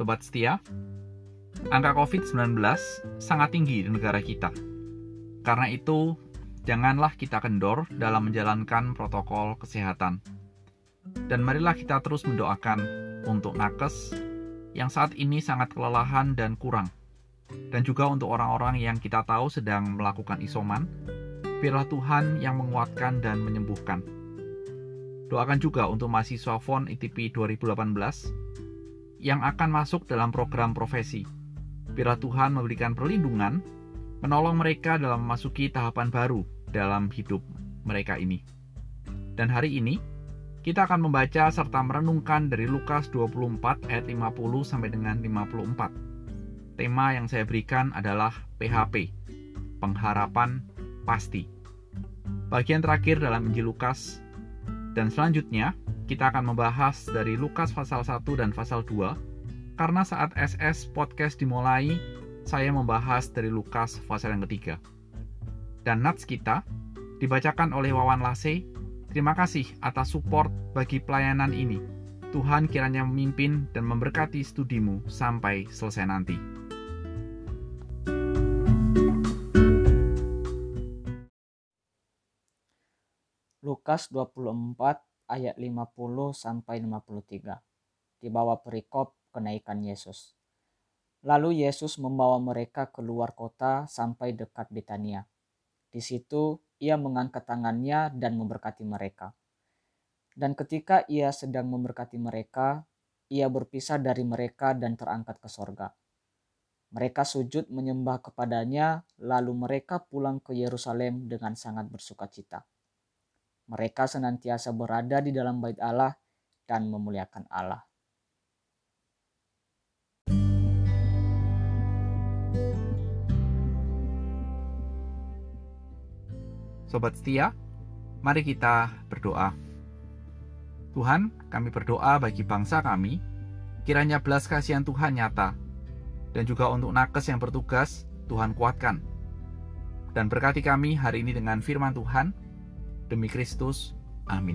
Sobat setia, angka COVID-19 sangat tinggi di negara kita. Karena itu, janganlah kita kendor dalam menjalankan protokol kesehatan. Dan marilah kita terus mendoakan untuk nakes yang saat ini sangat kelelahan dan kurang. Dan juga untuk orang-orang yang kita tahu sedang melakukan isoman, biarlah Tuhan yang menguatkan dan menyembuhkan. Doakan juga untuk mahasiswa FON ITP 2018 yang akan masuk dalam program profesi. Biarlah Tuhan memberikan perlindungan, menolong mereka dalam memasuki tahapan baru dalam hidup mereka ini. Dan hari ini, kita akan membaca serta merenungkan dari Lukas 24 ayat 50 sampai dengan 54. Tema yang saya berikan adalah PHP, pengharapan pasti. Bagian terakhir dalam Injil Lukas, dan selanjutnya kita akan membahas dari Lukas pasal 1 dan pasal 2, karena saat SS Podcast dimulai, saya membahas dari Lukas pasal yang ketiga. Dan nats kita dibacakan oleh Wawan Lase. Terima kasih atas support bagi pelayanan ini. Tuhan kiranya memimpin dan memberkati studimu sampai selesai nanti. Lukas 24 ayat 50 sampai 53. Di bawah perikop kenaikan Yesus. Lalu Yesus membawa mereka keluar kota sampai dekat Betania. Di situ ia mengangkat tangannya dan memberkati mereka. Dan ketika ia sedang memberkati mereka, ia berpisah dari mereka dan terangkat ke sorga. Mereka sujud menyembah kepadanya, lalu mereka pulang ke Yerusalem dengan sangat bersukacita. Mereka senantiasa berada di dalam bait Allah dan memuliakan Allah. Sobat setia, mari kita berdoa. Tuhan, kami berdoa bagi bangsa kami, kiranya belas kasihan Tuhan nyata, dan juga untuk nakes yang bertugas, Tuhan kuatkan. Dan berkati kami hari ini dengan firman Tuhan, demi Kristus, amin.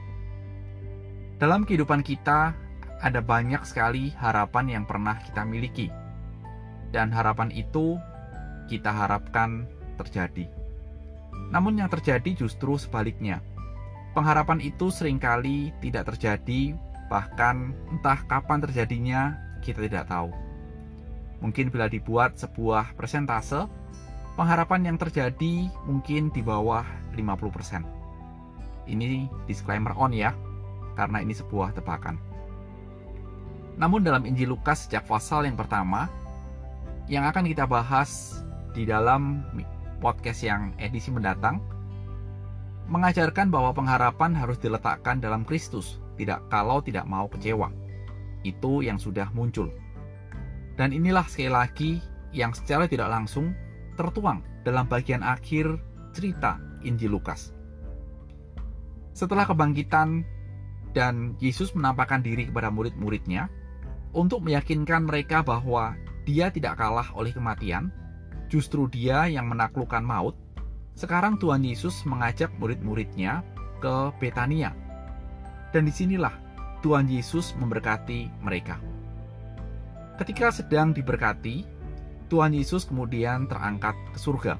Dalam kehidupan kita, ada banyak sekali harapan yang pernah kita miliki. Dan harapan itu kita harapkan terjadi. Namun yang terjadi justru sebaliknya. Pengharapan itu seringkali tidak terjadi, bahkan entah kapan terjadinya, kita tidak tahu. Mungkin bila dibuat sebuah persentase, pengharapan yang terjadi mungkin di bawah 50%. Ini disclaimer on ya, karena ini sebuah tebakan. Namun dalam Injil Lukas sejak pasal yang pertama, yang akan kita bahas di dalam podcast yang edisi mendatang, mengajarkan bahwa pengharapan harus diletakkan dalam Kristus, kalau tidak mau kecewa. Itu yang sudah muncul. Dan inilah sekali lagi yang secara tidak langsung tertuang dalam bagian akhir cerita Injil Lukas. Setelah kebangkitan dan Yesus menampakkan diri kepada murid-muridnya untuk meyakinkan mereka bahwa dia tidak kalah oleh kematian, justru dia yang menaklukkan maut, sekarang Tuhan Yesus mengajak murid-muridnya ke Betania. Dan disinilah Tuhan Yesus memberkati mereka. Ketika sedang diberkati, Tuhan Yesus kemudian terangkat ke surga.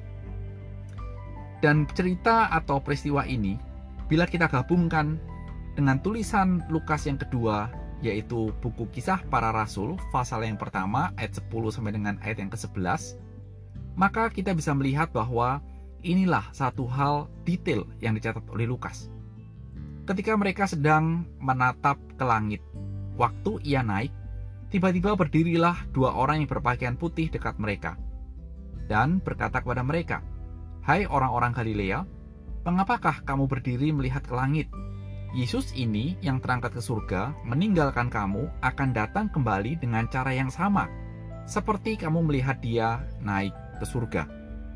Dan cerita atau peristiwa ini, bila kita gabungkan dengan tulisan Lukas yang kedua, yaitu buku Kisah Para Rasul, pasal yang pertama, ayat 10 sampai dengan ayat yang ke-11, maka kita bisa melihat bahwa inilah satu hal detail yang dicatat oleh Lukas. Ketika mereka sedang menatap ke langit, waktu ia naik, tiba-tiba berdirilah dua orang yang berpakaian putih dekat mereka, dan berkata kepada mereka, "Hai orang-orang Galilea, mengapakah kamu berdiri melihat ke langit? Yesus ini yang terangkat ke surga, meninggalkan kamu, akan datang kembali dengan cara yang sama, seperti kamu melihat dia naik ke surga."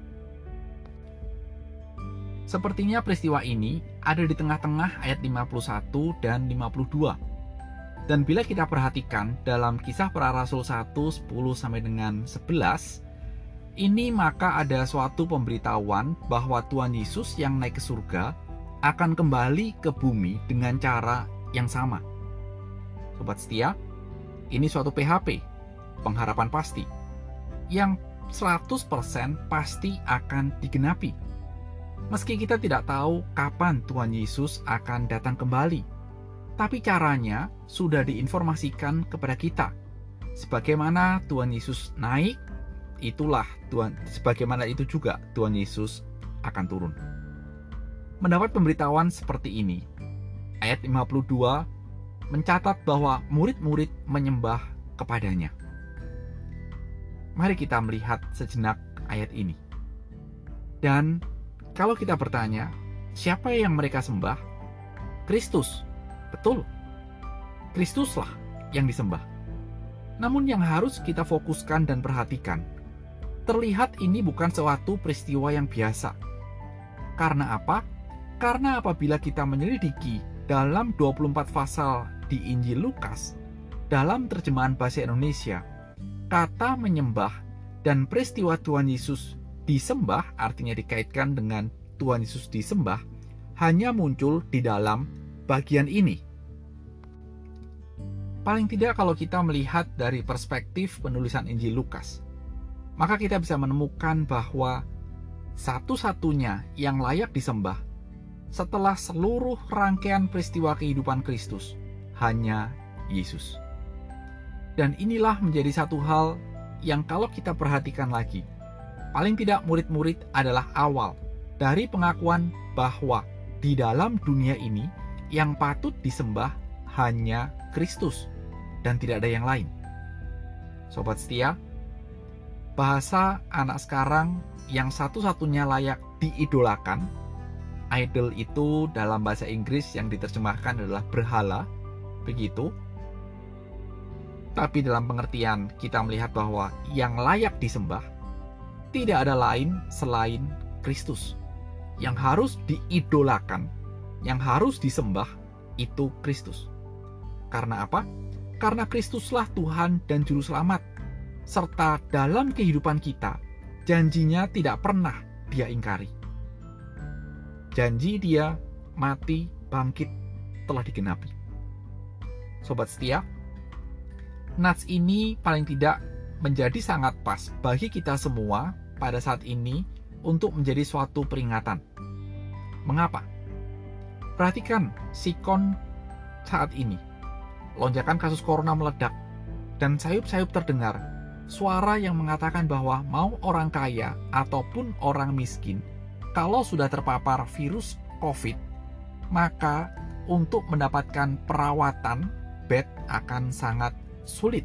Sepertinya peristiwa ini ada di tengah-tengah ayat 51 dan 52. Dan bila kita perhatikan dalam Kisah Para Rasul 1, 10 sampai dengan 11, ini maka ada suatu pemberitahuan bahwa Tuhan Yesus yang naik ke surga akan kembali ke bumi dengan cara yang sama. Sobat setia, ini suatu PHP, pengharapan pasti yang 100% pasti akan digenapi. Meski kita tidak tahu kapan Tuhan Yesus akan datang kembali, tapi caranya sudah diinformasikan kepada kita. Sebagaimana Tuhan Yesus naik, sebagaimana itu juga Tuhan Yesus akan turun. Mendapat pemberitahuan seperti ini, ayat 52 mencatat bahwa murid-murid menyembah kepadanya. Mari kita melihat sejenak ayat ini. Dan kalau kita bertanya, siapa yang mereka sembah? Kristus. Betul. Kristuslah yang disembah. Namun yang harus kita fokuskan dan perhatikan, terlihat ini bukan suatu peristiwa yang biasa. Karena apa? Karena apabila kita menyelidiki dalam 24 pasal di Injil Lukas, dalam terjemahan bahasa Indonesia, kata menyembah dan peristiwa Tuhan Yesus disembah, artinya dikaitkan dengan Tuhan Yesus disembah, hanya muncul di dalam bagian ini. Paling tidak kalau kita melihat dari perspektif penulisan Injil Lukas, maka kita bisa menemukan bahwa satu-satunya yang layak disembah setelah seluruh rangkaian peristiwa kehidupan Kristus hanya Yesus. Dan inilah menjadi satu hal yang kalau kita perhatikan lagi, paling tidak murid-murid adalah awal dari pengakuan bahwa di dalam dunia ini yang patut disembah hanya Kristus dan tidak ada yang lain. Sobat setia, bahasa anak sekarang yang satu-satunya layak diidolakan, idol itu dalam bahasa Inggris yang diterjemahkan adalah berhala, begitu. Tapi dalam pengertian kita melihat bahwa yang layak disembah tidak ada lain selain Kristus. Yang harus diidolakan, yang harus disembah itu Kristus. Karena apa? Karena Kristuslah Tuhan dan Juru Selamat. Serta dalam kehidupan kita, janjinya tidak pernah Dia ingkari. Janji Dia mati, bangkit telah digenapi. Sobat setia, nats ini paling tidak menjadi sangat pas bagi kita semua pada saat ini untuk menjadi suatu peringatan. Mengapa? Perhatikan sikon saat ini. Lonjakan kasus corona meledak dan sayup-sayup terdengar suara yang mengatakan bahwa mau orang kaya ataupun orang miskin, kalau sudah terpapar virus COVID, maka untuk mendapatkan perawatan bed akan sangat sulit.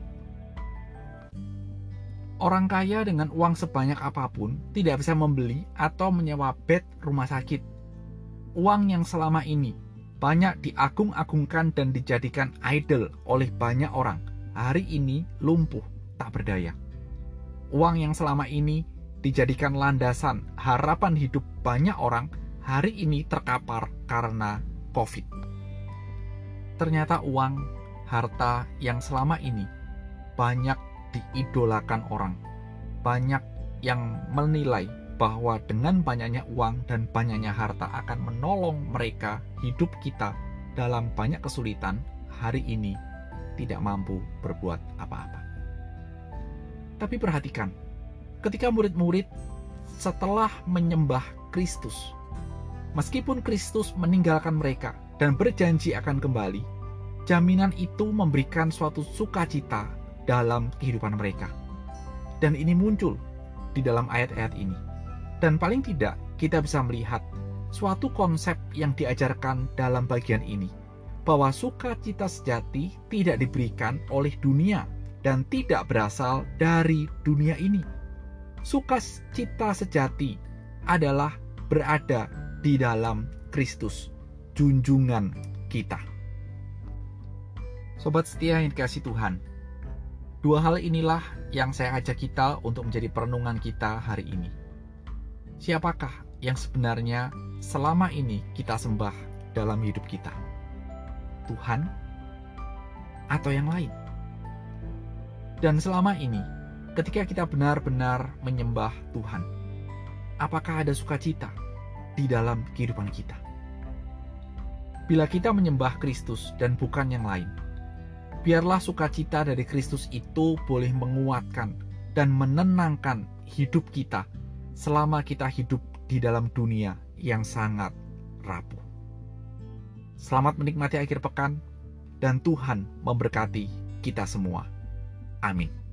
Orang kaya dengan uang sebanyak apapun tidak bisa membeli atau menyewa bed rumah sakit. Uang yang selama ini banyak diagung-agungkan dan dijadikan idol oleh banyak orang, hari ini lumpuh tak berdaya. Uang yang selama ini dijadikan landasan harapan hidup banyak orang, hari ini terkapar karena COVID. Ternyata uang, harta yang selama ini banyak diidolakan orang, banyak yang menilai bahwa dengan banyaknya uang dan banyaknya harta akan menolong mereka hidup kita dalam banyak kesulitan, hari ini tidak mampu berbuat apa-apa. Tapi perhatikan, ketika murid-murid setelah menyembah Kristus, meskipun Kristus meninggalkan mereka dan berjanji akan kembali, jaminan itu memberikan suatu sukacita dalam kehidupan mereka. Dan ini muncul di dalam ayat-ayat ini. Dan paling tidak kita bisa melihat suatu konsep yang diajarkan dalam bagian ini, bahwa sukacita sejati tidak diberikan oleh dunia dan tidak berasal dari dunia ini. Sukacita sejati adalah berada di dalam Kristus, junjungan kita. Sobat setia yang dikasihi Tuhan, dua hal inilah yang saya ajak kita untuk menjadi perenungan kita hari ini. Siapakah yang sebenarnya selama ini kita sembah dalam hidup kita? Tuhan atau yang lain? Dan selama ini, ketika kita benar-benar menyembah Tuhan, apakah ada sukacita di dalam kehidupan kita? Bila kita menyembah Kristus dan bukan yang lain, Biarlah sukacita dari Kristus itu boleh menguatkan dan menenangkan hidup kita selama kita hidup di dalam dunia yang sangat rapuh. Selamat menikmati akhir pekan, dan Tuhan memberkati kita semua. Amin.